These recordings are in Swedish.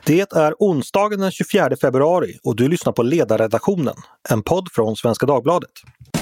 Det är onsdagen den 24 februari och du lyssnar på Ledarredaktionen, en podd från Svenska Dagbladet.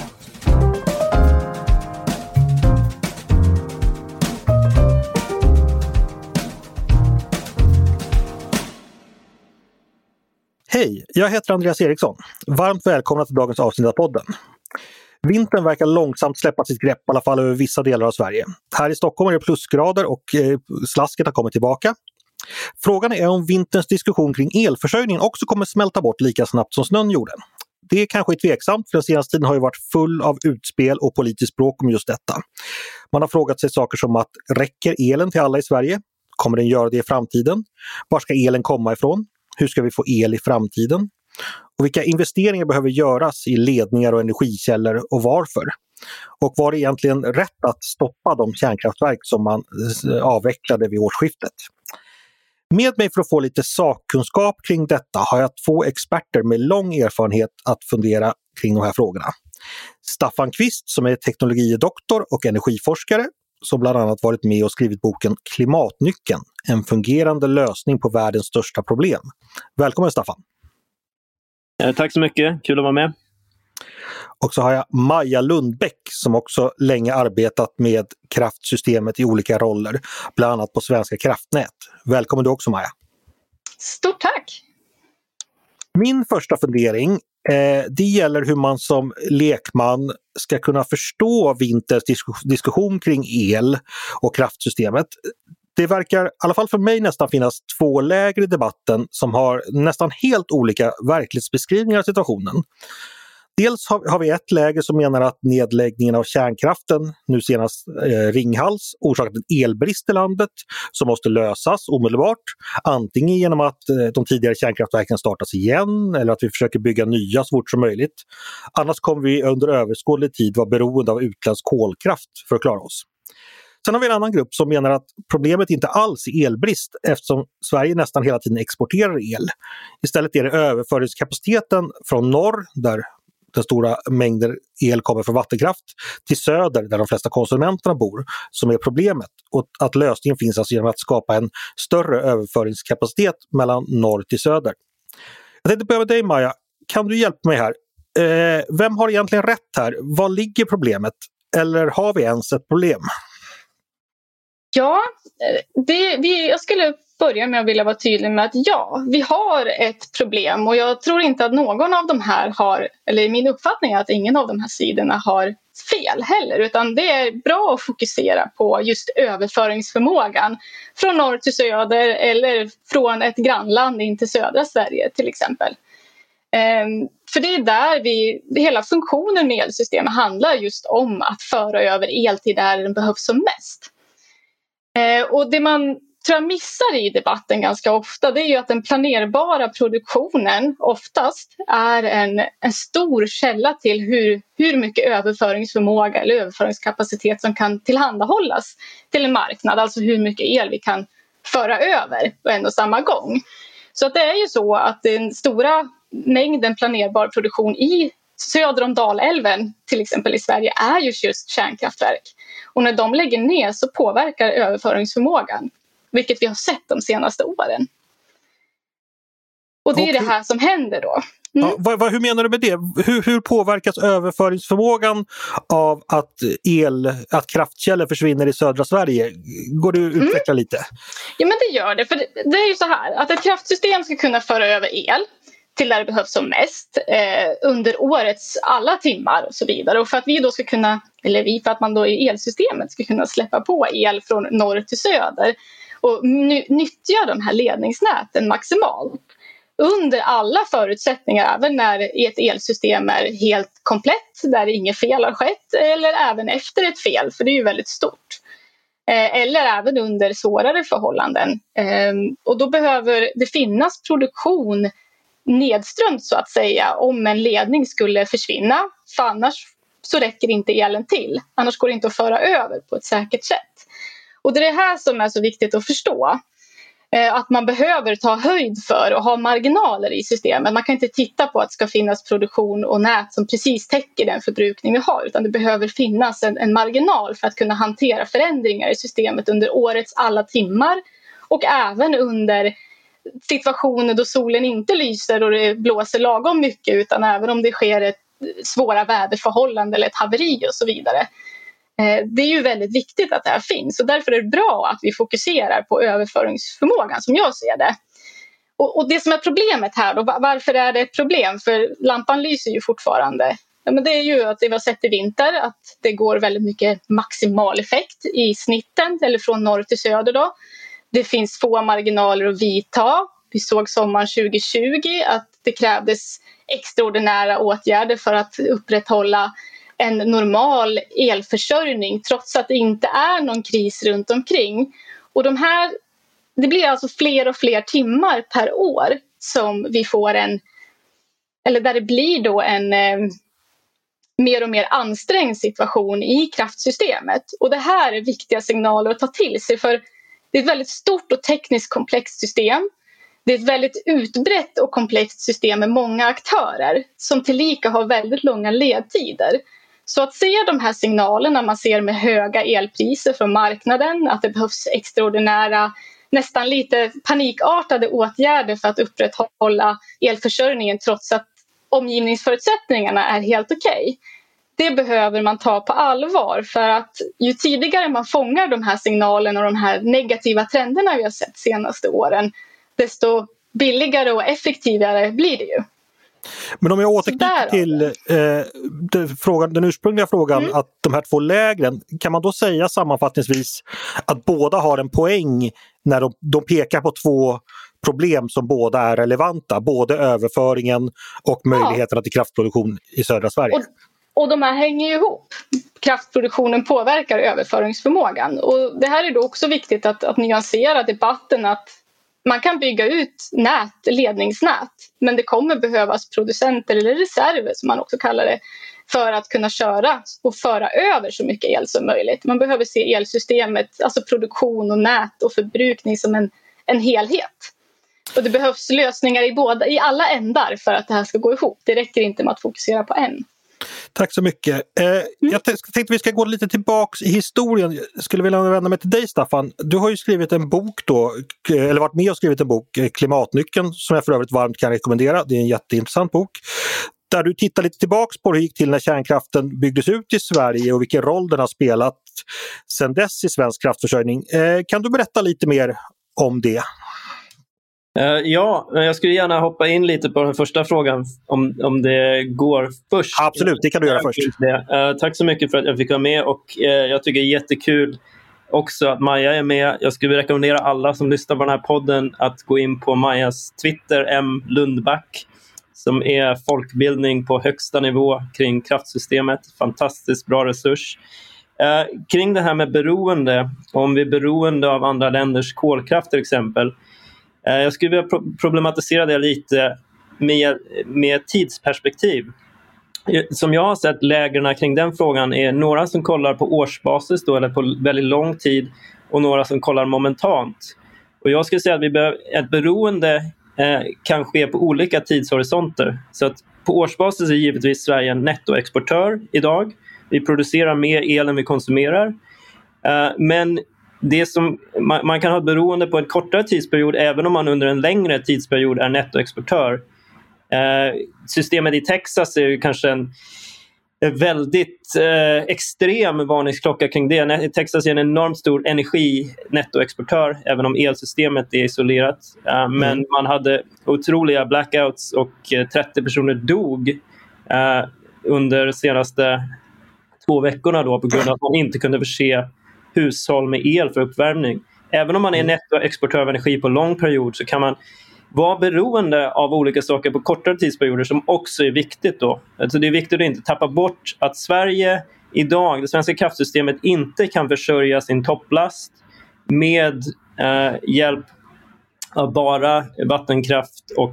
Hej, jag heter Andreas Eriksson. Varmt välkomna till dagens avsnitt av podden. Vintern verkar långsamt släppa sitt grepp, i alla fall över vissa delar av Sverige. Här i Stockholm är det plusgrader och slasket har kommit tillbaka. Frågan är om vinterns diskussion kring elförsörjningen också kommer smälta bort lika snabbt som snön gjorde. Det är kanske tveksamt, för den senaste tiden har ju varit full av utspel och politiskt bråk om just detta. Man har frågat sig saker som att räcker elen till alla i Sverige? Kommer den göra det i framtiden? Var ska elen komma ifrån? Hur ska vi få el i framtiden? Och vilka investeringar behöver göras i ledningar och energikällor och varför? Och var det egentligen rätt att stoppa de kärnkraftverk som man avvecklade vid årsskiftet? Med mig för att få lite sakkunskap kring detta har jag två experter med lång erfarenhet att fundera kring de här frågorna. Staffan Kvist som är teknologidoktor och energiforskare som bland annat varit med och skrivit boken Klimatnyckeln, en fungerande lösning på världens största problem. Välkommen Staffan! Tack så mycket, kul att vara med. Och så har jag Maja Lundbäck som också länge arbetat med kraftsystemet i olika roller, bland annat på Svenska kraftnät. Välkommen du också Maja. Stort tack! Min första fundering det gäller hur man som lekman ska kunna förstå vinterns diskussion kring el och kraftsystemet. Det verkar, i alla fall för mig, nästan finnas två läger i debatten som har nästan helt olika verklighetsbeskrivningar av situationen. Dels har vi ett läger som menar att nedläggningen av kärnkraften, nu senast Ringhals, orsakat en elbrist i landet som måste lösas omedelbart. Antingen genom att de tidigare kärnkraftverken startas igen eller att vi försöker bygga nya så fort som möjligt. Annars kommer vi under överskådlig tid vara beroende av utländsk kolkraft för att klara oss. Sen har vi en annan grupp som menar att problemet inte alls är elbrist eftersom Sverige nästan hela tiden exporterar el. Istället är det överföringskapaciteten från norr, där den stora mängder el kommer från vattenkraft, till söder där de flesta konsumenterna bor, som är problemet. Och att lösningen finns alltså genom att skapa en större överföringskapacitet mellan norr till söder. Jag tänkte börja med dig Maja, kan du hjälpa mig här? Vem har egentligen rätt här? Var ligger problemet? Eller har vi ens ett problem? Ja, jag skulle börja med att vilja vara tydlig med att ja, vi har ett problem och jag tror inte att någon av de här har, eller min uppfattning är att ingen av de här sidorna har fel heller, utan det är bra att fokusera på just överföringsförmågan från norr till söder eller från ett grannland in till södra Sverige till exempel. För det är där hela funktionen med elsystemet handlar just om att föra över el till där den behövs som mest. Och det man tror jag missar i debatten ganska ofta, det är ju att den planerbara produktionen oftast är en stor källa till hur mycket överföringsförmåga eller överföringskapacitet som kan tillhandahållas till en marknad, alltså hur mycket el vi kan föra över på en och samma gång. Så att det är ju så att den stora mängden planerbar produktion i söder om Dalälven till exempel i Sverige är ju just kärnkraftverk. Och när de lägger ner så påverkar överföringsförmågan, vilket vi har sett de senaste åren. Och det är det här som händer då. Ja, hur menar du med det? Hur påverkas överföringsförmågan av att kraftkällor försvinner i södra Sverige? Går du att utveckla lite? Ja, men det gör det. För det är ju så här att ett kraftsystem ska kunna föra över el till där det behövs som mest under årets alla timmar och så vidare. Och för att vi då ska kunna, för att man då i elsystemet ska kunna släppa på el från norr till söder och nyttja de här ledningsnäten maximalt. Under alla förutsättningar, även när ett elsystem är helt komplett, där inget fel har skett, eller även efter ett fel, för det är ju väldigt stort. Eller även under svårare förhållanden. Och då behöver det finnas produktion nedströmt så att säga om en ledning skulle försvinna, för annars så räcker inte elen till. Annars går det inte att föra över på ett säkert sätt. Och det är det här som är så viktigt att förstå. Att man behöver ta höjd för och ha marginaler i systemet. Man kan inte titta på att det ska finnas produktion och nät som precis täcker den förbrukning vi har. Utan det behöver finnas en marginal för att kunna hantera förändringar i systemet under årets alla timmar. Och även under situationer då solen inte lyser och det blåser lagom mycket, utan även om det sker ett svåra väderförhållande eller ett haveri och så vidare. Det är ju väldigt viktigt att det här finns, och därför är det bra att vi fokuserar på överföringsförmågan som jag ser det. Och det som är problemet här då, varför är det ett problem? För lampan lyser ju fortfarande. Ja, men det är ju att det vi har sett i vinter att det går väldigt mycket maximal effekt i snitten eller från norr till söder då. Det finns få marginaler att vidta. Vi såg sommaren 2020 att det krävdes extraordinära åtgärder för att upprätthålla en normal elförsörjning trots att det inte är någon kris runt omkring. Och det blir alltså fler och fler timmar per år som vi får där det blir då en mer och mer ansträngd situation i kraftsystemet. Och det här är viktiga signaler att ta till sig, för det är ett väldigt stort och tekniskt komplext system. Det är ett väldigt utbrett och komplext system med många aktörer som tillika har väldigt långa ledtider. Så att se de här signalerna man ser med höga elpriser från marknaden, att det behövs extraordinära, nästan lite panikartade åtgärder för att upprätthålla elförsörjningen trots att omgivningsförutsättningarna är helt okej. Det behöver man ta på allvar, för att ju tidigare man fångar de här signalerna och de här negativa trenderna vi har sett senaste åren, desto billigare och effektivare blir det ju. Men om jag återknyter till den ursprungliga frågan, att de här två lägren, kan man då säga sammanfattningsvis att båda har en poäng när de pekar på två problem som båda är relevanta, både överföringen och möjligheterna till kraftproduktion i södra Sverige? Och de här hänger ju ihop. Kraftproduktionen påverkar överföringsförmågan. Och det här är då också viktigt att nyansera debatten, att man kan bygga ut ledningsnät, men det kommer behövas producenter eller reserver som man också kallar det, för att kunna köra och föra över så mycket el som möjligt. Man behöver se elsystemet, alltså produktion och nät och förbrukning som en helhet. Och det behövs lösningar i alla ändar för att det här ska gå ihop. Det räcker inte med att fokusera på en. Tack så mycket. Jag tänkte vi ska gå lite tillbaks i historien. Jag skulle vilja vända mig till dig, Staffan. Du har ju skrivit en bok då, eller varit med och skrivit en bok, Klimatnyckeln, som jag för övrigt varmt kan rekommendera. Det är en jätteintressant bok. Där du tittar lite tillbaks på hur det gick till när kärnkraften byggdes ut i Sverige och vilken roll den har spelat sedan dess i svensk kraftförsörjning. Kan du berätta lite mer om det? Ja, jag skulle gärna hoppa in lite på den första frågan om det går först. Absolut, det kan du göra först. Tack så mycket för att jag fick vara med, och jag tycker det är jättekul också att Maja är med. Jag skulle rekommendera alla som lyssnar på den här podden att gå in på Majas Twitter, M. Lundback, som är folkbildning på högsta nivå kring kraftsystemet. Fantastiskt bra resurs. Kring det här med beroende, om vi är beroende av andra länders kolkraft till exempel. Jag skulle vilja problematisera det lite med tidsperspektiv. Som jag har sett lägren kring den frågan är några som kollar på årsbasis då, eller på väldigt lång tid, och några som kollar momentant. Och jag skulle säga att ett beroende kan ske på olika tidshorisonter. Så att på årsbasis är givetvis Sverige en nettoexportör idag. Vi producerar mer el än vi konsumerar. Men det som man kan ha ett beroende på en kortare tidsperiod även om man under en längre tidsperiod är nettoexportör. Systemet i Texas är ju kanske en väldigt extrem varningsklocka kring det. Texas är en enormt stor energinettoexportör även om elsystemet är isolerat. Men man hade otroliga blackouts och 30 personer dog under de senaste 2 veckorna då, på grund av att man inte kunde förse hushåll med el för uppvärmning. Även om man är nettoexportör av energi på lång period så kan man vara beroende av olika saker på kortare tidsperioder, som också är viktigt då. Alltså det är viktigt att inte tappa bort att Sverige idag, det svenska kraftsystemet, inte kan försörja sin topplast med hjälp av bara vattenkraft och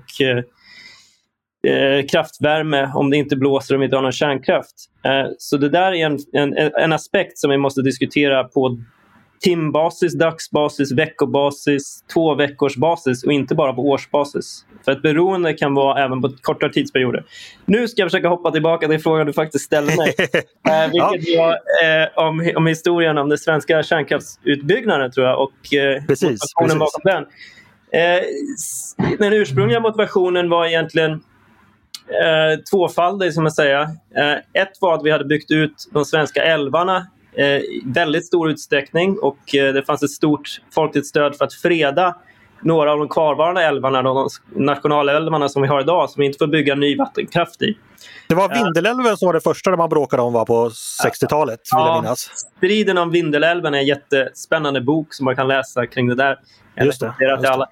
kraftvärme om det inte blåser och vi inte har någon kärnkraft. Så det där är en aspekt som vi måste diskutera på timbasis, dagsbasis, veckobasis, 2 veckors basis och inte bara på årsbasis. För ett beroende kan vara även på kortare tidsperioder. Nu ska jag försöka hoppa tillbaka till frågan du faktiskt ställde mig. Vilket var om historien om den svenska kärnkraftsutbyggnaden tror jag, och precis. bakom den. Den ursprungliga motivationen var egentligen tvåfaldig, som man säger. Ett var att vi hade byggt ut de svenska älvarna i väldigt stor utsträckning, och det fanns ett stort folkligt stöd för att freda några av de kvarvarande älvarna, de nationalälvarna som vi har idag, som vi inte får bygga ny vattenkraft i. Det var Vindelälven som var det första där man bråkade om, var på 60-talet, vill jag minnas. Striden om Vindelälven är en jättespännande bok som man kan läsa kring det där. Just det. Alla.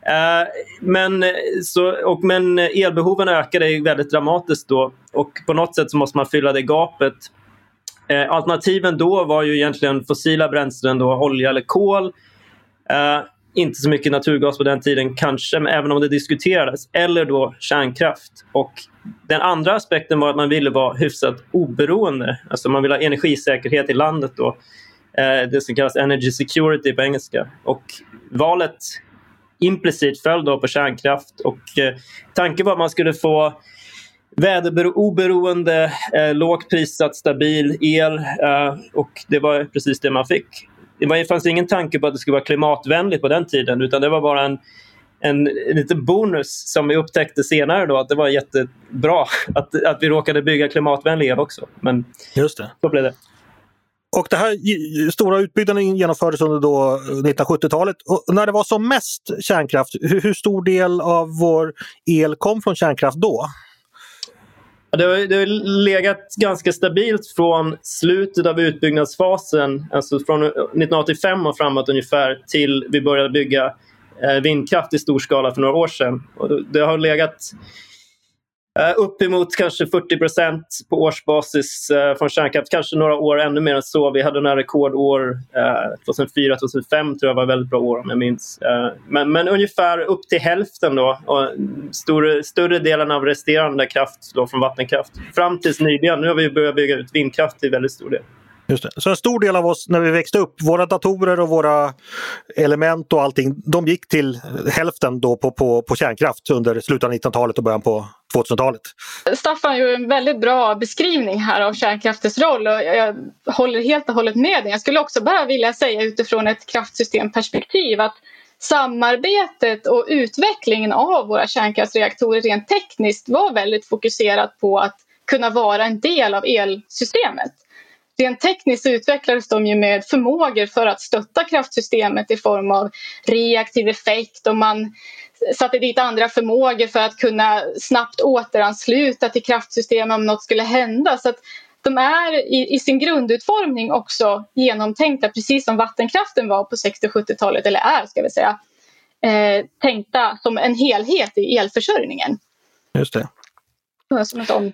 Men elbehoven ökade väldigt dramatiskt då, och på något sätt så måste man fylla det gapet. Alternativen då var ju egentligen fossila bränslen, då, olja eller kol. Inte så mycket naturgas på den tiden kanske, men även om det diskuterades, eller då kärnkraft. Och den andra aspekten var att man ville vara hyfsat oberoende. Alltså man ville ha energisäkerhet i landet då. Det som kallas energy security på engelska. Och valet implicit föll då på kärnkraft, och tanken var att man skulle få väderoberoende, lågt prissatt, stabil el, och det var precis det man fick. Det fanns ingen tanke på att det skulle vara klimatvänligt på den tiden, utan det var bara en liten bonus som vi upptäckte senare då, att det var jättebra att vi råkade bygga klimatvänlig el också. Men just det. Så blev det. Och det här stora utbyggnaden genomfördes under då 1970-talet. Och när det var som mest kärnkraft, hur stor del av vår el kom från kärnkraft då? Det har legat ganska stabilt från slutet av utbyggnadsfasen, alltså från 1985 och framåt ungefär, till vi började bygga vindkraft i stor skala för några år sedan. Och det har legat uppemot kanske 40% på årsbasis från kärnkraft, kanske några år ännu mer än så. Vi hade några rekordår 2004-2005 tror jag var väldigt bra år om jag minns. Men ungefär upp till hälften då, och större delen av resterande kraft då från vattenkraft. Fram tills nyligen, nu har vi börjat bygga ut vindkraft i väldigt stor del. Just det. Så en stor del av oss när vi växte upp, våra datorer och våra element och allting, de gick till hälften då på kärnkraft under slutet av 1900-talet och början på 2000-talet. Staffan gör en väldigt bra beskrivning här av kärnkraftens roll, och jag håller helt och hållet med dig. Jag skulle också bara vilja säga utifrån ett kraftsystemperspektiv att samarbetet och utvecklingen av våra kärnkraftsreaktorer rent tekniskt var väldigt fokuserat på att kunna vara en del av elsystemet. Rent tekniskt utvecklades de ju med förmågor för att stötta kraftsystemet i form av reaktiv effekt, och man satte dit andra förmågor för att kunna snabbt återansluta till kraftsystemet om något skulle hända. Så att de är i sin grundutformning också genomtänkta, precis som vattenkraften var på 60- och 70-talet, eller är ska vi säga, tänkta som en helhet i elförsörjningen. Just det. Som ett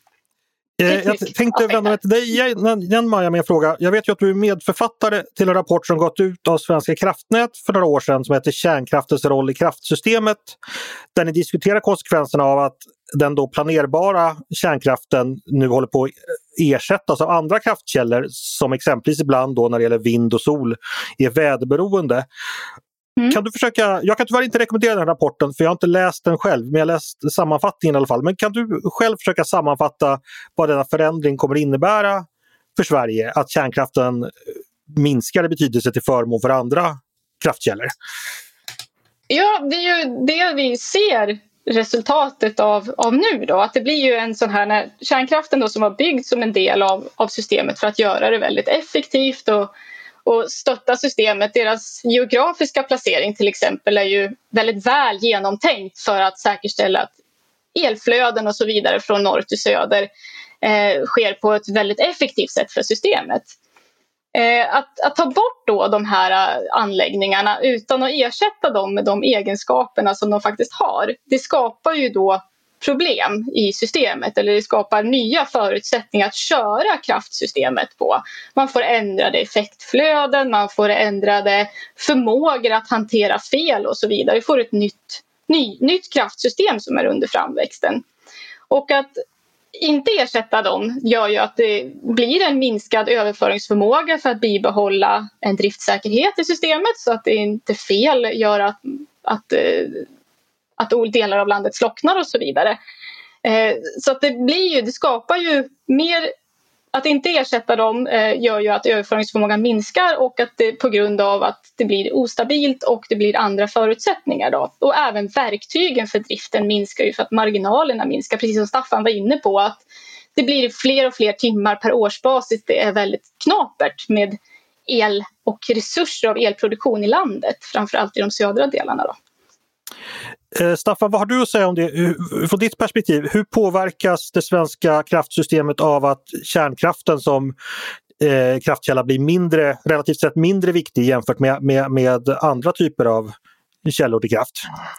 jag tänkte vända mig till dig igen, Maja, med en fråga. Jag vet ju att du är medförfattare till en rapport som gått ut av Svenska kraftnät för några år sedan som heter Kärnkraftens roll i kraftsystemet. Där ni diskuterar konsekvenserna av att den då planerbara kärnkraften nu håller på att ersättas av andra kraftkällor som exempelvis ibland då när det gäller vind och sol är väderberoende. Kan du försöka, jag kan tyvärr inte rekommendera den rapporten för jag har inte läst den själv, men jag har läst sammanfattningen i alla fall. Men kan du själv försöka sammanfatta vad denna förändring kommer innebära för Sverige? Att kärnkraften minskar i betydelse till förmån för andra kraftkällor? Ja, det är ju det vi ser resultatet av nu då. Att det blir ju en sån här, när kärnkraften då som var byggd som en del av systemet för att göra det väldigt effektivt och stötta systemet. Deras geografiska placering till exempel är ju väldigt väl genomtänkt för att säkerställa att elflöden och så vidare från norr till söder sker på ett väldigt effektivt sätt för systemet. Att ta bort då de här anläggningarna utan att ersätta dem med de egenskaperna som de faktiskt har, det skapar ju då problem i systemet, eller det skapar nya förutsättningar att köra kraftsystemet på. Man får ändrade effektflöden, man får ändrade förmågor att hantera fel och så vidare. Vi får ett nytt kraftsystem som är under framväxten. Och att inte ersätta dem gör ju att det blir en minskad överföringsförmåga för att bibehålla en driftsäkerhet i systemet, så att det inte fel gör att delar av landet slocknar och så vidare. Så att det skapar ju mer att inte ersätta dem gör ju att överföringsförmågan minskar och att det på grund av att det blir ostabilt och det blir andra förutsättningar då. Och även verktygen för driften minskar ju för att marginalerna minskar, precis som Staffan var inne på, att det blir fler och fler timmar per årsbasis. Det är väldigt knapert med el och resurser av elproduktion i landet, framförallt i de södra delarna då. Staffan, vad har du att säga om det? Från ditt perspektiv, hur påverkas det svenska kraftsystemet av att kärnkraften som kraftkälla blir relativt sett mindre viktig jämfört med andra typer av källor till kraft?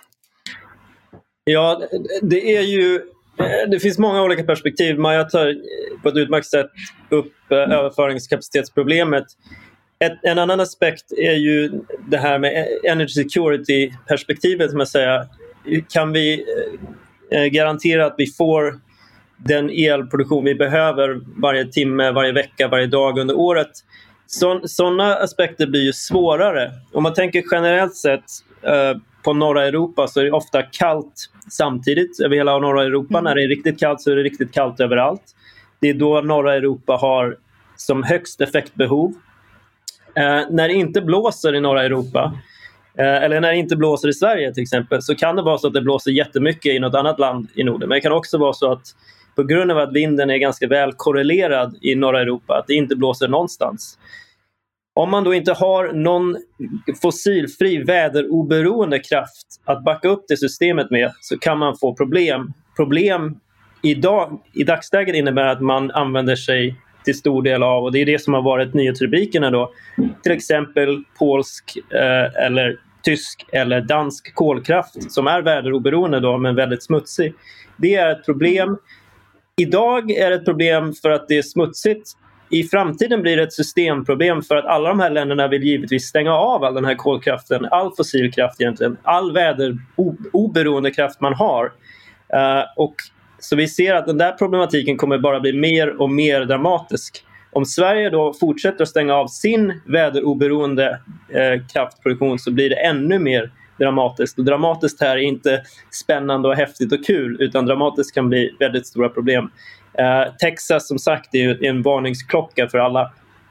Ja, det finns många olika perspektiv. Maja tar på ett utmärkt sätt upp överföringskapacitetsproblemet. En annan aspekt är ju det här med energy security-perspektivet, som jag säger. Kan vi garantera att vi får den elproduktion vi behöver varje timme, varje vecka, varje dag under året? Sådana aspekter blir ju svårare. Om man tänker generellt sett på norra Europa, så är det ofta kallt samtidigt över hela norra Europa. När det är riktigt kallt så är det riktigt kallt överallt. Det är då norra Europa har som högst effektbehov. När det inte blåser i norra Europa, eller när det inte blåser i Sverige till exempel, så kan det vara så att det blåser jättemycket i något annat land i Norden. Men det kan också vara så att på grund av att vinden är ganska väl korrelerad i norra Europa, att det inte blåser någonstans. Om man då inte har någon fossilfri väderoberoende kraft att backa upp det systemet med, så kan man få problem. Problem i dagsläget innebär att man använder sig till stor del av, och det är det som har varit nyhetsrubrikerna då, till exempel polsk eller tysk eller dansk kolkraft som är väderoberoende då, men väldigt smutsig. Det är ett problem. Idag är det ett problem för att det är smutsigt. I framtiden blir det ett systemproblem för att alla de här länderna vill givetvis stänga av all den här kolkraften, all fossilkraft egentligen, all väderoberoende kraft man har. Och så vi ser att den där problematiken kommer bara bli mer och mer dramatisk. Om Sverige då fortsätter att stänga av sin väderoberoende kraftproduktion, så blir det ännu mer dramatiskt. Och dramatiskt här är inte spännande och häftigt och kul, utan dramatiskt kan bli väldigt stora problem. Texas som sagt är ju en varningsklocka för alla.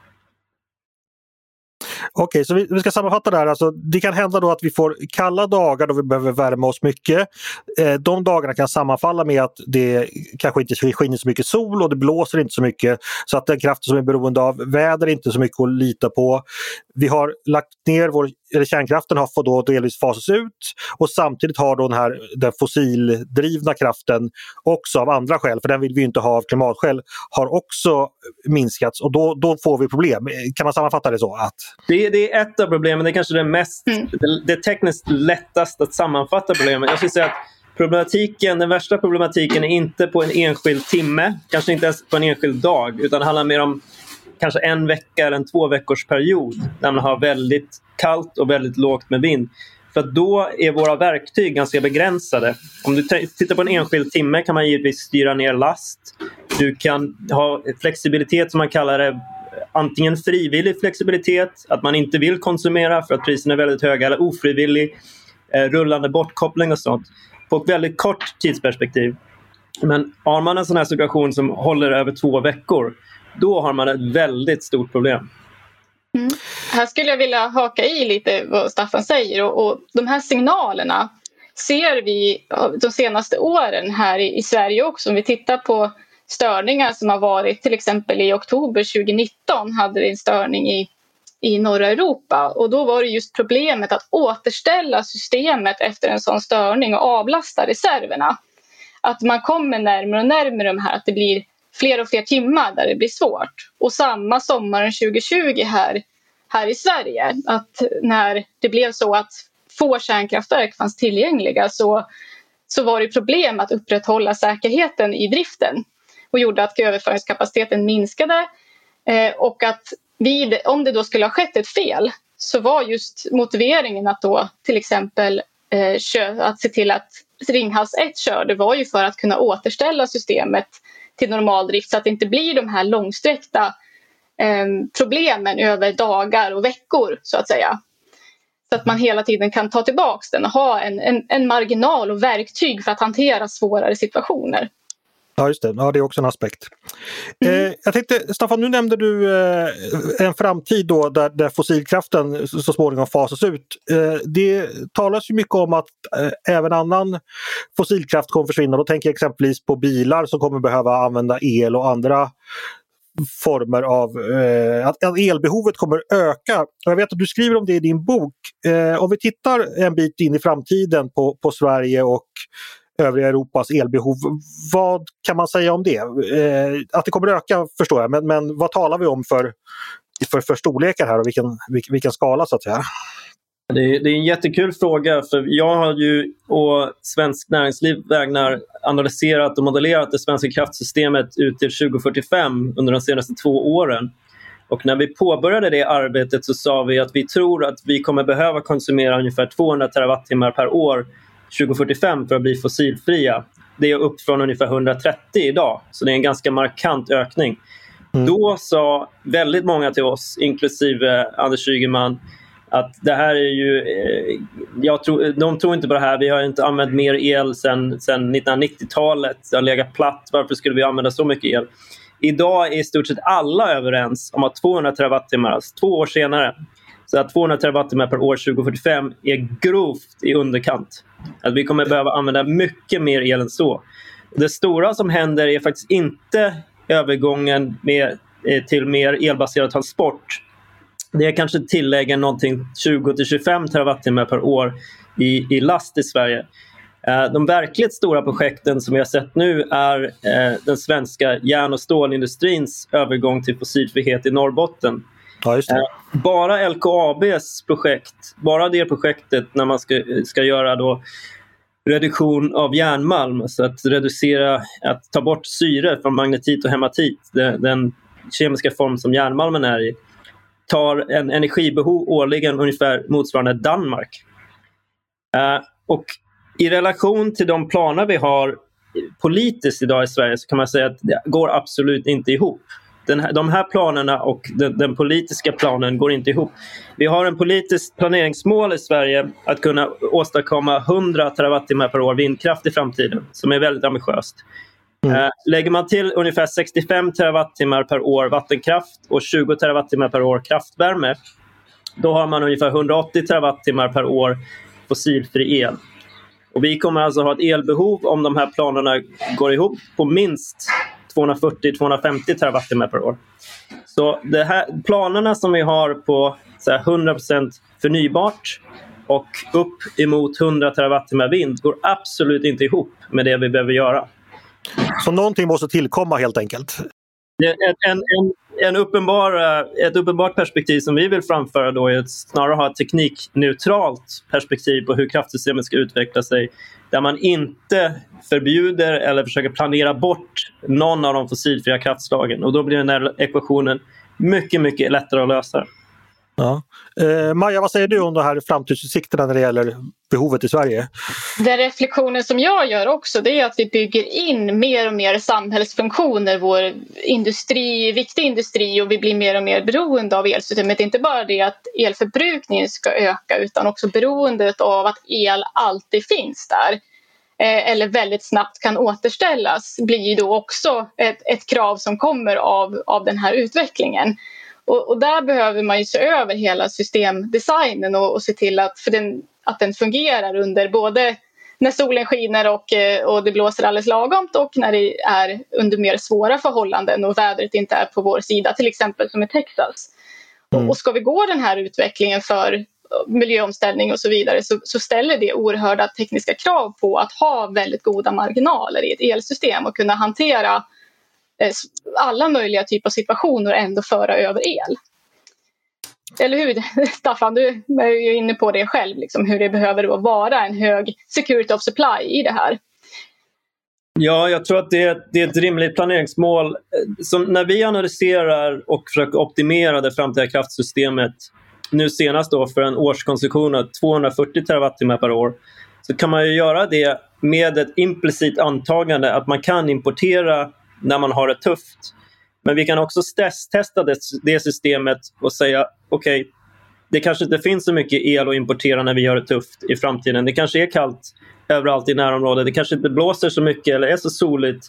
Okej, så vi ska sammanfatta det här. Alltså, det kan hända då att vi får kalla dagar då vi behöver värma oss mycket. De dagarna kan sammanfalla med att det kanske inte skiner så mycket sol och det blåser inte så mycket. Så att den kraft som är beroende av väder är inte så mycket att lita på. Vi har lagt ner kärnkraften har fått då delvis fasas ut, och samtidigt har då den fossildrivna kraften också av andra skäl, för den vill vi inte ha av klimatskäl, har också minskats, och då får vi problem. Kan man sammanfatta det så? Att det är ett av problemen, det är kanske det tekniskt lättast att sammanfatta problemet. Jag skulle säga att den värsta problematiken är inte på en enskild timme, kanske inte ens på en enskild dag, utan det handlar mer om kanske en vecka eller en 2 veckors period när man har väldigt kallt och väldigt lågt med vind. För att då är våra verktyg ganska begränsade. Om du tittar på en enskild timme kan man givetvis styra ner last. Du kan ha flexibilitet som man kallar det, antingen frivillig flexibilitet, att man inte vill konsumera för att priserna är väldigt höga, eller ofrivillig rullande bortkoppling och sånt på ett väldigt kort tidsperspektiv. Men har man en sån här situation som håller över 2 veckor, då har man ett väldigt stort problem. Här skulle jag vilja haka i lite vad Staffan säger, och de här signalerna ser vi de senaste åren här i Sverige också. Om vi tittar på störningar som har varit, till exempel i oktober 2019 hade vi en störning i norra Europa, och då var det just problemet att återställa systemet efter en sån störning och avlasta reserverna. Att man kommer närmare och närmare de här, att det blir fler och fler timmar där det blir svårt. Och samma sommaren 2020 här i Sverige, att när det blev så att få kärnkraftverk fanns tillgängliga, så var det problem att upprätthålla säkerheten i driften, och gjorde att överföringskapaciteten minskade, och att om det då skulle ha skett ett fel, så var just motiveringen att då till exempel att se till att Ringhals 1 körde, var ju för att kunna återställa systemet till normal drift, så att det inte blir de här långsträckta problemen över dagar och veckor så att säga. Så att man hela tiden kan ta tillbaka den och ha en marginal och verktyg för att hantera svårare situationer. Ja, just det. Ja, det är också en aspekt. Jag tänkte, Staffan, nu nämnde du en framtid då där fossilkraften så småningom fasas ut. Det talas ju mycket om att även annan fossilkraft kommer försvinna. Då tänker jag exempelvis på bilar som kommer behöva använda el och andra former av att elbehovet kommer öka. Och jag vet att du skriver om det i din bok. Om vi tittar en bit in i framtiden på Sverige och övriga Europas elbehov, vad kan man säga om det? Att det kommer öka förstår jag, men vad talar vi om för storlekar här och vilken skala så att säga? Det är en jättekul fråga, för jag har ju å svensk näringsliv vägnar analyserat och modellerat det svenska kraftsystemet ut till 2045 under de senaste 2 åren. Och när vi påbörjade det arbetet så sa vi att vi tror att vi kommer behöva konsumera ungefär 200 terawattimmar per år 2045 för att bli fossilfria. Det är upp från ungefär 130 idag, så det är en ganska markant ökning. Då sa väldigt många till oss, inklusive Anders Ygeman, att det här är ju, de tror inte på det här, vi har inte använt mer el sedan 1990-talet, det har legat platt, varför skulle vi använda så mycket el? Idag är i stort sett alla överens om att 200 terawattimmar, alltså 2 år senare, så att 200 terawattimmar per år 2045 är grovt i underkant. Att vi kommer behöva använda mycket mer el än så. Det stora som händer är faktiskt inte övergången till mer elbaserad transport. Det är kanske tillägga någonting 20-25 terawattimmar per år i last i Sverige. De verkligt stora projekten som vi har sett nu är den svenska järn- och stålindustrins övergång till fossilfrihet i Norrbotten. Ja, just det. Bara LKABs projekt, bara det projektet när man ska göra då reduktion av järnmalm, så att ta bort syre från magnetit och hematit, den kemiska form som järnmalmen är i, tar en energibehov årligen ungefär motsvarande Danmark. Och i relation till de planer vi har politiskt idag i Sverige så kan man säga att det går absolut inte ihop. De här planerna och den politiska planen går inte ihop. Vi har en politisk planeringsmål i Sverige att kunna åstadkomma 100 terawattimmar per år vindkraft i framtiden, som är väldigt ambitiöst. Lägger man till ungefär 65 terawattimmar per år vattenkraft och 20 terawattimmar per år kraftvärme, då har man ungefär 180 terawattimmar per år fossilfri el. Och vi kommer alltså ha ett elbehov, om de här planerna går ihop, på minst 240-250 terawattimmar per år. Så det här, planerna som vi har på 100% förnybart och upp emot 100 terawattimmar vind går absolut inte ihop med det vi behöver göra. Så någonting måste tillkomma helt enkelt? Ett uppenbart perspektiv som vi vill framföra då är att snarare ha ett teknikneutralt perspektiv på hur kraftsystemet ska utveckla sig, där man inte förbjuder eller försöker planera bort någon av de fossilfria kraftslagen, och då blir den här ekvationen mycket, mycket lättare att lösa. Ja. Maja, vad säger du om de här framtidsutsikterna när det gäller behovet i Sverige? Den reflektionen som jag gör också, det är att vi bygger in mer och mer samhällsfunktioner, vår industri, viktig industri, och vi blir mer och mer beroende av elsystemet. Inte bara det att elförbrukningen ska öka, utan också beroendet av att el alltid finns där eller väldigt snabbt kan återställas blir ju då också ett krav som kommer av den här utvecklingen. Och där behöver man ju se över hela systemdesignen och se till att den fungerar under både när solen skiner och det blåser alldeles lagomt, och när det är under mer svåra förhållanden och vädret inte är på vår sida, till exempel som i Texas. Och ska vi gå den här utvecklingen för miljöomställning och så vidare, så ställer det oerhörda tekniska krav på att ha väldigt goda marginaler i ett elsystem och kunna hantera alla möjliga typer av situationer och ändå föra över el. Eller hur, Staffan? Du är ju inne på det själv, liksom, hur det behöver då vara en hög security of supply i det här. Ja, jag tror att det är ett rimligt planeringsmål. Som när vi analyserar och försöker optimera det framtida kraftsystemet, nu senast då för en årskonsumtion av 240 terawattimmar per år, så kan man ju göra det med ett implicit antagande att man kan importera när man har det tufft. Men vi kan också testa det systemet och säga okej, det kanske inte finns så mycket el att importera när vi har det tufft i framtiden. Det kanske är kallt överallt i närområdet. Det kanske inte blåser så mycket eller är så soligt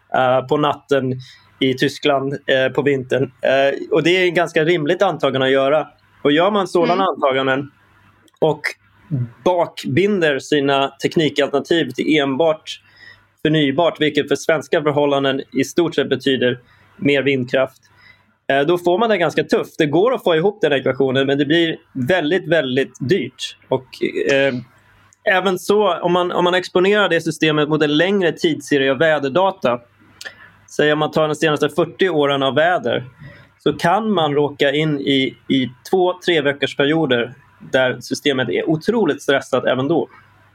på natten i Tyskland på vintern. Och det är ett ganska rimligt antagande att göra. Och gör man sådana antaganden och bakbinder sina teknikalternativ till enbart förnybart, vilket för svenska förhållanden i stort sett betyder mer vindkraft, då får man det ganska tufft. Det går att få ihop den ekvationen, men det blir väldigt, väldigt dyrt. Och även så, om man exponerar det systemet mot en längre tidsserie av väderdata, säg om man tar de senaste 40 åren av väder, så kan man råka in i 2-3 veckors perioder där systemet är otroligt stressat även då.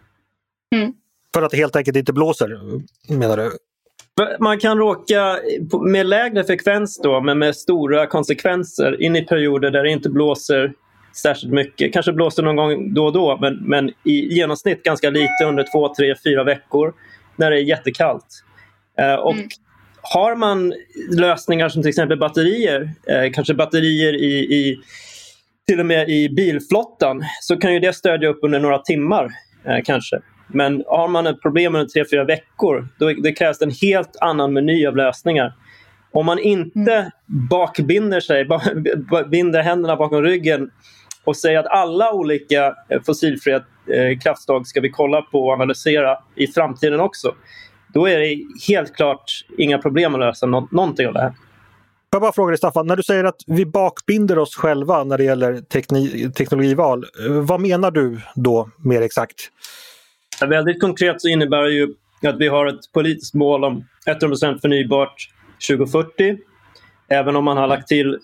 För att det helt enkelt inte blåser, menar du? Man kan råka med lägre frekvens då, men med stora konsekvenser in i perioder där det inte blåser särskilt mycket. Kanske blåser någon gång då och då, men i genomsnitt ganska lite under 2, 3, 4 veckor när det är jättekallt. Och har man lösningar som till exempel batterier, kanske batterier i till och med i bilflottan, så kan ju det stödja upp under några timmar kanske. Men har man ett problem under 3-4 veckor, då det krävs en helt annan meny av lösningar. Om man inte bakbinder sig, binder händerna bakom ryggen och säger att alla olika fossilfria kraftslag ska vi kolla på och analysera i framtiden också, då är det helt klart inga problem att lösa någonting av det här. Jag bara frågar dig, Staffan, när du säger att vi bakbinder oss själva när det gäller teknologival, vad menar du då mer exakt? Ja, väldigt konkret så innebär det ju att vi har ett politiskt mål om 100% förnybart 2040. Även om man har lagt till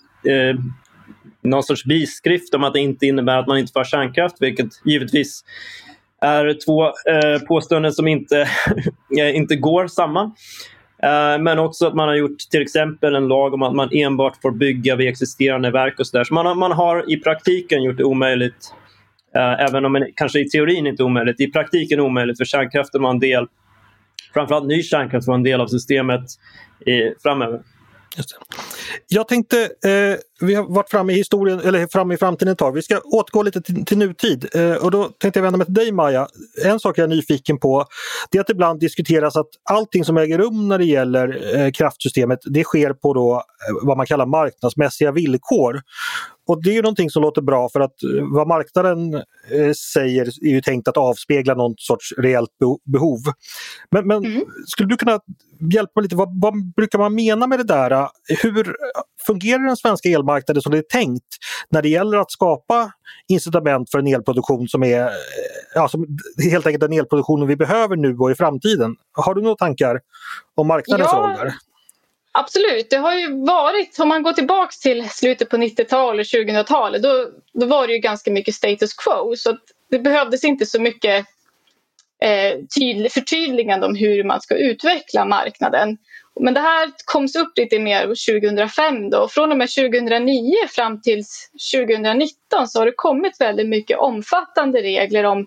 någon sorts biskrift om att det inte innebär att man inte får kärnkraft, vilket givetvis är två påståenden som inte går samman. Men också att man har gjort till exempel en lag om att man enbart får bygga vid existerande verk och sådär. Så man har i praktiken gjort det omöjligt, även om det kanske i teorin inte är omöjligt, i praktiken omöjligt för kärnkraften var en del, framförallt ny kärnkraft var en del av systemet framöver. Just det. Jag tänkte, vi har varit framme i historien, eller framme i framtiden ett tag. Vi ska återgå lite till nutid. Och då tänkte jag vända mig till dig, Maja. En sak jag är nyfiken på, det är att ibland diskuteras att allting som äger rum när det gäller kraftsystemet, det sker på då vad man kallar marknadsmässiga villkor. Och det är ju någonting som låter bra, för att vad marknaden säger är ju tänkt att avspegla någon sorts reellt behov. Men skulle du kunna hjälpa mig lite, vad brukar man mena med det där? Hur fungerar den svenska elmarknaden som det är tänkt när det gäller att skapa incitament för en elproduktion som är som helt enkelt den elproduktionen vi behöver nu och i framtiden? Har du några tankar om marknadens roll där? Absolut, det har ju varit, om man går tillbaka till slutet på 90-talet och 2000-talet, då var det ju ganska mycket status quo, så att det behövdes inte så mycket förtydligande om hur man ska utveckla marknaden. Men det här koms upp lite mer 2005 då. Från och med 2009 fram till 2019 så har det kommit väldigt mycket omfattande regler om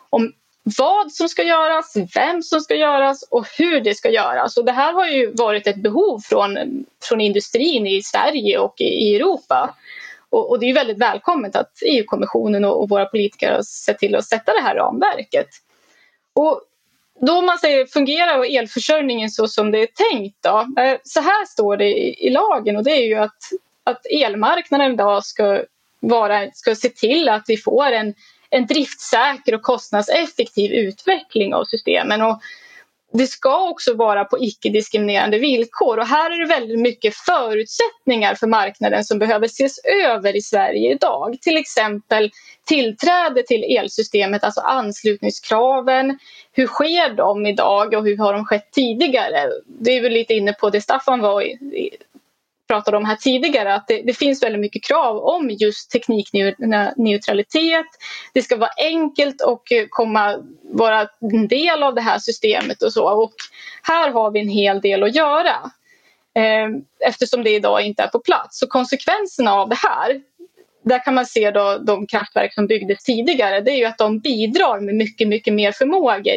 vad som ska göras, vem som ska göras och hur det ska göras. Och det här har ju varit ett behov från industrin i Sverige och i Europa. Och det är ju väldigt välkommet att EU-kommissionen och våra politiker har sett till att sätta det här ramverket. Och då man säger fungerar elförsörjningen så som det är tänkt då. Så här står det i lagen, och det är ju att elmarknaden idag ska se till att vi får en driftsäker och kostnadseffektiv utveckling av systemen. Och det ska också vara på icke-diskriminerande villkor. Och här är det väldigt mycket förutsättningar för marknaden som behöver ses över i Sverige idag. Till exempel tillträde till elsystemet, alltså anslutningskraven. Hur sker de idag och hur har de skett tidigare? Det är väl lite inne på det Staffan pratade om här tidigare, att det finns väldigt mycket krav om just teknikneutralitet. Det ska vara enkelt och vara en del av det här systemet och så. Och här har vi en hel del att göra eftersom det idag inte är på plats. Så konsekvenserna av det här, där kan man se då de kraftverk som byggdes tidigare, det är ju att de bidrar med mycket, mycket mer förmågor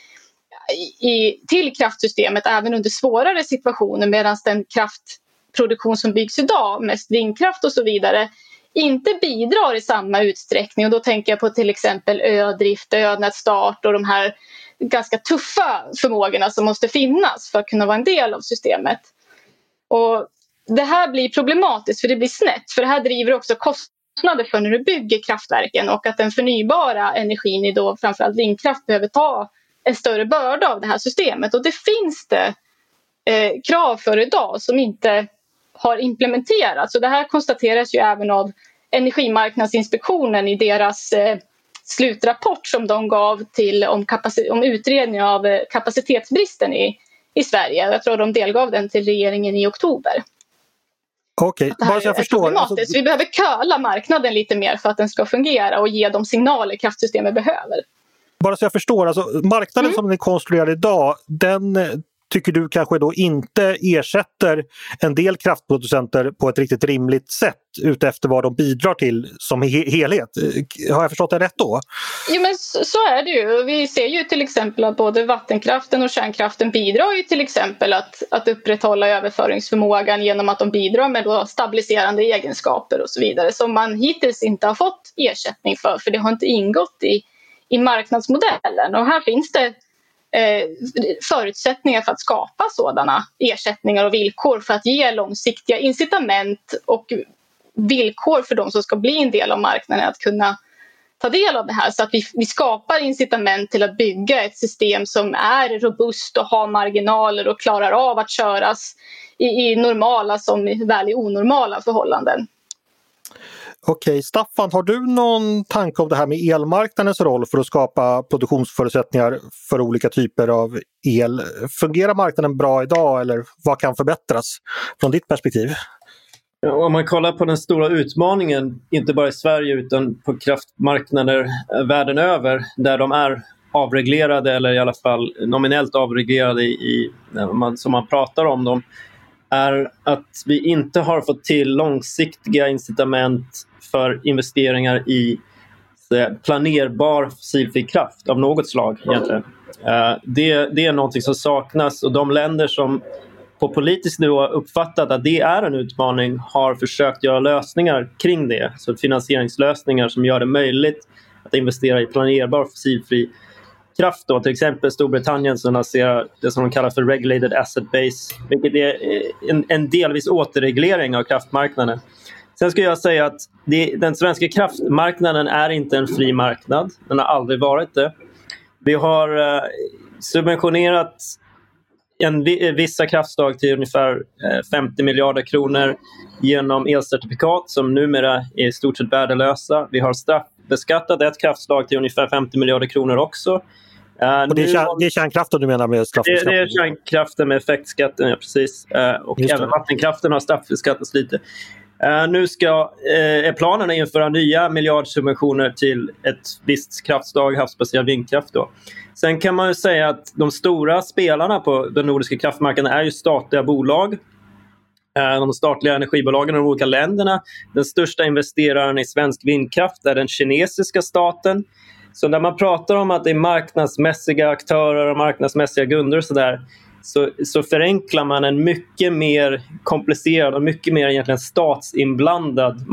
till kraftsystemet även under svårare situationer, medan den kraftproduktion som byggs idag, mest vindkraft och så vidare, inte bidrar i samma utsträckning. Och då tänker jag på till exempel ödrift, ödnätsstart och de här ganska tuffa förmågorna som måste finnas för att kunna vara en del av systemet. Och det här blir problematiskt för det blir snett, för det här driver också kostnader för när du bygger kraftverken, och att den förnybara energin i då framförallt vindkraft behöver ta en större börda av det här systemet. Och det finns det krav för idag som inte har implementerats. Och det här konstateras ju även av Energimarknadsinspektionen i deras slutrapport som de gav till om utredning av kapacitetsbristen i Sverige. Jag tror de delgav den till regeringen i oktober. Okej, bara så jag förstår. Alltså, vi behöver köla marknaden lite mer för att den ska fungera och ge de signaler kraftsystemet behöver. Bara så jag förstår, alltså, marknaden som den är konstruerad idag, den tycker du kanske då inte ersätter en del kraftproducenter på ett riktigt rimligt sätt utefter vad de bidrar till som helhet. Har jag förstått det rätt då? Jo, men så är det ju. Vi ser ju till exempel att både vattenkraften och kärnkraften bidrar ju till exempel att upprätthålla överföringsförmågan genom att de bidrar med då stabiliserande egenskaper och så vidare som man hittills inte har fått ersättning för det har inte ingått i marknadsmodellen. Och här finns det förutsättningar för att skapa sådana ersättningar och villkor för att ge långsiktiga incitament och villkor för de som ska bli en del av marknaden att kunna ta del av det här, så att vi skapar incitament till att bygga ett system som är robust och har marginaler och klarar av att köras i normala som väl i onormala förhållanden. Okej, Staffan, har du någon tanke om det här med elmarknadens roll för att skapa produktionsförutsättningar för olika typer av el? Fungerar marknaden bra idag eller vad kan förbättras från ditt perspektiv? Om man kollar på den stora utmaningen, inte bara i Sverige utan på kraftmarknader världen över, där de är avreglerade eller i alla fall nominellt avreglerade som man pratar om dem, är att vi inte har fått till långsiktiga incitament för investeringar i planerbar fossilfri kraft av något slag egentligen. Det är någonting som saknas, och de länder som på politisk nivå uppfattat att det är en utmaning har försökt göra lösningar kring det. Så finansieringslösningar som gör det möjligt att investera i planerbar fossilfri kraft då, till exempel Storbritannien som lanserar det som de kallar för regulated asset base, vilket är en delvis återreglering av kraftmarknaden. Sen ska jag säga att den svenska kraftmarknaden är inte en fri marknad. Den har aldrig varit det. Vi har subventionerat vissa kraftslag till ungefär 50 miljarder kronor genom elcertifikat som numera är i stort sett värdelösa. Vi har straffbeskattat ett kraftslag till ungefär 50 miljarder kronor också. Och det är kärnkraften du menar med straffbeskattning? Det är kärnkraften med effektskatten, ja, precis. Och även vattenkraften har straffbeskattats lite. Nu är planen att införa nya miljardsubventioner till ett visst kraftslag, havsbaserad vindkraft då. Sen kan man ju säga att de stora spelarna på den nordiska kraftmarknaden är ju statliga bolag. De statliga energibolagen i de olika länderna. Den största investeraren i svensk vindkraft är den kinesiska staten. Så när man pratar om att det är marknadsmässiga aktörer och marknadsmässiga grunder och sådär, så förenklar man en mycket mer komplicerad och mycket mer egentligen statsinblandad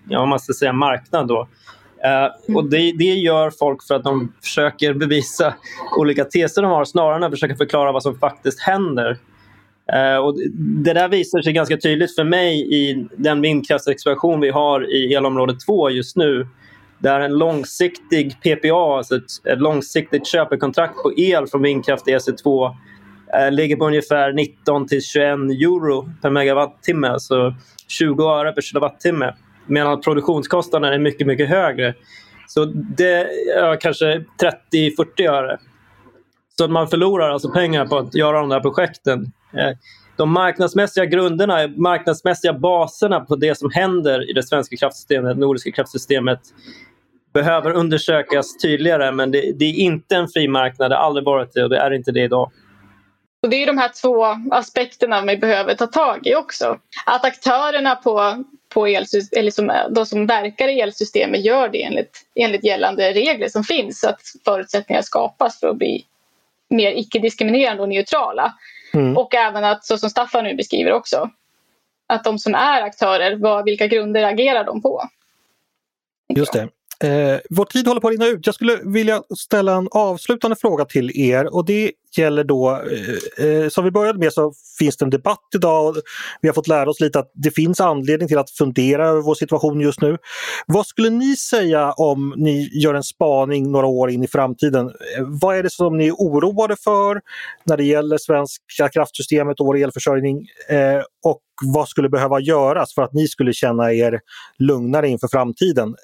marknad då. Och det gör folk för att de försöker bevisa olika teser de har snarare än att försöka förklara vad som faktiskt händer. Och det där visar sig ganska tydligt för mig i den vindkraftsexpansion vi har i elområde 2 just nu, där en långsiktig PPA, alltså ett långsiktigt köpekontrakt på el från vindkraft i EC2 ligger på ungefär 19-21 euro per megawattimme, alltså 20 öre per kilowattimme, medan produktionskostnaden är mycket, mycket högre. Så det är kanske 30-40 öre. Så man förlorar alltså pengar på att göra de där projekten. De marknadsmässiga grunderna, marknadsmässiga baserna på det som händer i det svenska kraftsystemet, det nordiska kraftsystemet, behöver undersökas tydligare, men det är inte en fri marknad, det har aldrig varit det och det är inte det idag. Och det är de här två aspekterna vi behöver ta tag i också. Att aktörerna på eller de som verkar i elsystemet gör det enligt gällande regler som finns, så att förutsättningar skapas för att bli mer icke-diskriminerande och neutrala. Och även att, så som Staffan nu beskriver också, att de som är aktörer, vilka grunder agerar de på? Just det. Vår tid håller på att rinna ut. Jag skulle vilja ställa en avslutande fråga till er och det gäller då, som vi började med så finns det en debatt idag och vi har fått lära oss lite att det finns anledning till att fundera över vår situation just nu. Vad skulle ni säga om ni gör en spaning några år in i framtiden? Vad är det som ni är oroade för när det gäller svenska kraftsystemet och vår elförsörjning och vad skulle behöva göras för att ni skulle känna er lugnare inför framtiden?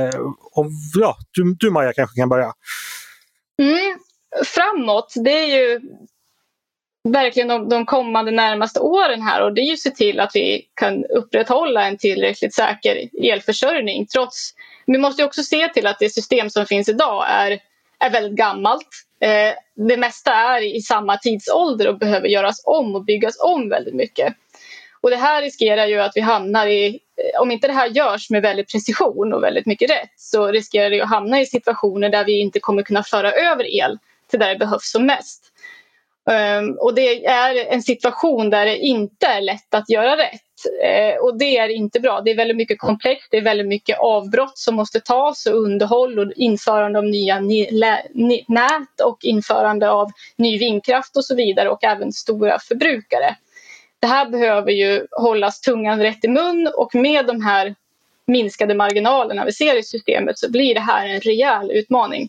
Du Maja kanske kan börja. Framåt, det är ju verkligen de kommande närmaste åren här och det är ju se till att vi kan upprätthålla en tillräckligt säker elförsörjning trots, vi måste ju också se till att det system som finns idag är väldigt gammalt. Det mesta är i samma tidsålder och behöver göras om och byggas om väldigt mycket. Och det här riskerar ju att vi hamnar i, om inte det här görs med väldigt precision och väldigt mycket rätt så riskerar det att hamna i situationer där vi inte kommer kunna föra över el till där det behövs som mest. Och det är en situation där det inte är lätt att göra rätt. Och det är inte bra. Det är väldigt mycket komplext, det är väldigt mycket avbrott som måste tas och underhåll och införande av nya nät och införande av ny vindkraft och så vidare och även stora förbrukare. Det här behöver ju hållas tungan rätt i mun och med de här minskade marginalerna vi ser i systemet så blir det här en rejäl utmaning.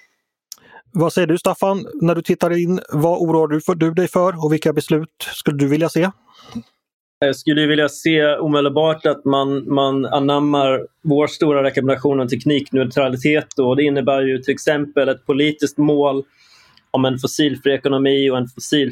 Vad säger du Staffan, när du tittar in, vad oroar du dig för och vilka beslut skulle du vilja se? Jag skulle vilja se omedelbart att man anammar vår stora rekommendation om teknikneutralitet. Och det innebär ju till exempel ett politiskt mål om en fossilfri ekonomi och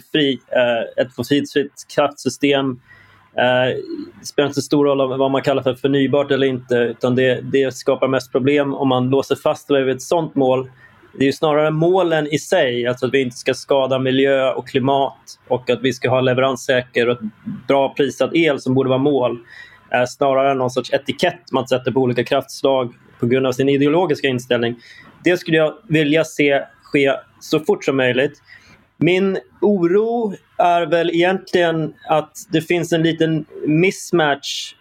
ett fossilfritt kraftsystem. Det spelar inte stor roll vad man kallar för förnybart eller inte, utan det skapar mest problem om man låser fast vid ett sådant mål. Det är ju snarare målen i sig, alltså att vi inte ska skada miljö och klimat och att vi ska ha leveranssäker och bra prisad el som borde vara mål. Snarare någon sorts etikett man sätter på olika kraftslag på grund av sin ideologiska inställning. Det skulle jag vilja se ske så fort som möjligt. Min oro är väl egentligen att det finns en liten mismatch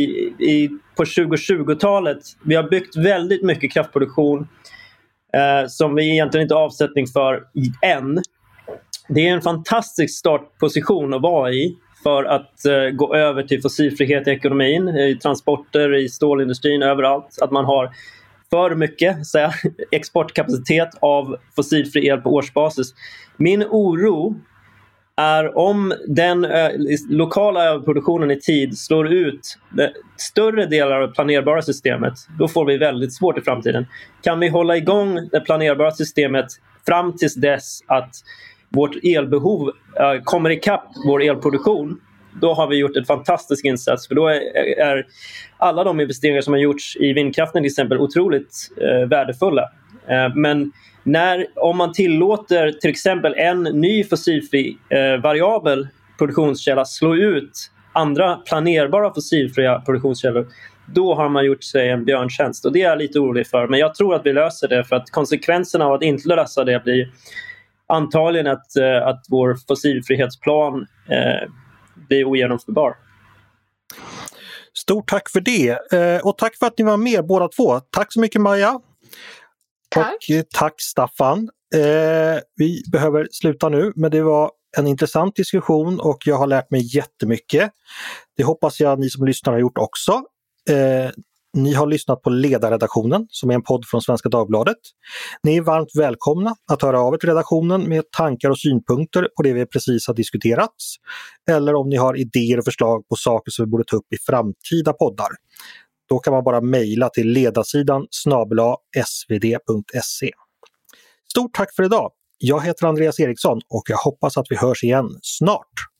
på 2020-talet. Vi har byggt väldigt mycket kraftproduktion som vi egentligen inte har avsättning för än. Det är en fantastisk startposition att vara i för att gå över till fossilfrihet i ekonomin, i transporter, i stålindustrin, överallt. Att man har för mycket exportkapacitet av fossilfri el på årsbasis. Min oro är om den lokala överproduktionen i tid slår ut större delar av det planerbara systemet, då får vi väldigt svårt i framtiden. Kan vi hålla igång det planerbara systemet fram tills dess att vårt elbehov kommer ikapp vår elproduktion, då har vi gjort en fantastisk insats. För då är alla de investeringar som har gjorts i vindkraften till exempel otroligt värdefulla. Men om man tillåter till exempel en ny fossilfri variabel produktionskälla slå ut andra planerbara fossilfria produktionskällor, då har man gjort sig en björntjänst. Och det är jag lite orolig för. Men jag tror att vi löser det, för att konsekvenserna av att inte lösa det blir antagligen att vår fossilfrihetsplan blir ogenomförbar. Stort tack för det. Och tack för att ni var med båda två. Tack så mycket Maja. Tack. Och tack Staffan. Vi behöver sluta nu, men det var en intressant diskussion och jag har lärt mig jättemycket. Det hoppas jag ni som lyssnar har gjort också. Ni har lyssnat på Ledarredaktionen som är en podd från Svenska Dagbladet. Ni är varmt välkomna att höra av er till redaktionen med tankar och synpunkter på det vi precis har diskuterat. Eller om ni har idéer och förslag på saker som vi borde ta upp i framtida poddar. Då kan man bara mejla till ledarsidan @svd.se. Stort tack för idag. Jag heter Andreas Eriksson och jag hoppas att vi hörs igen snart.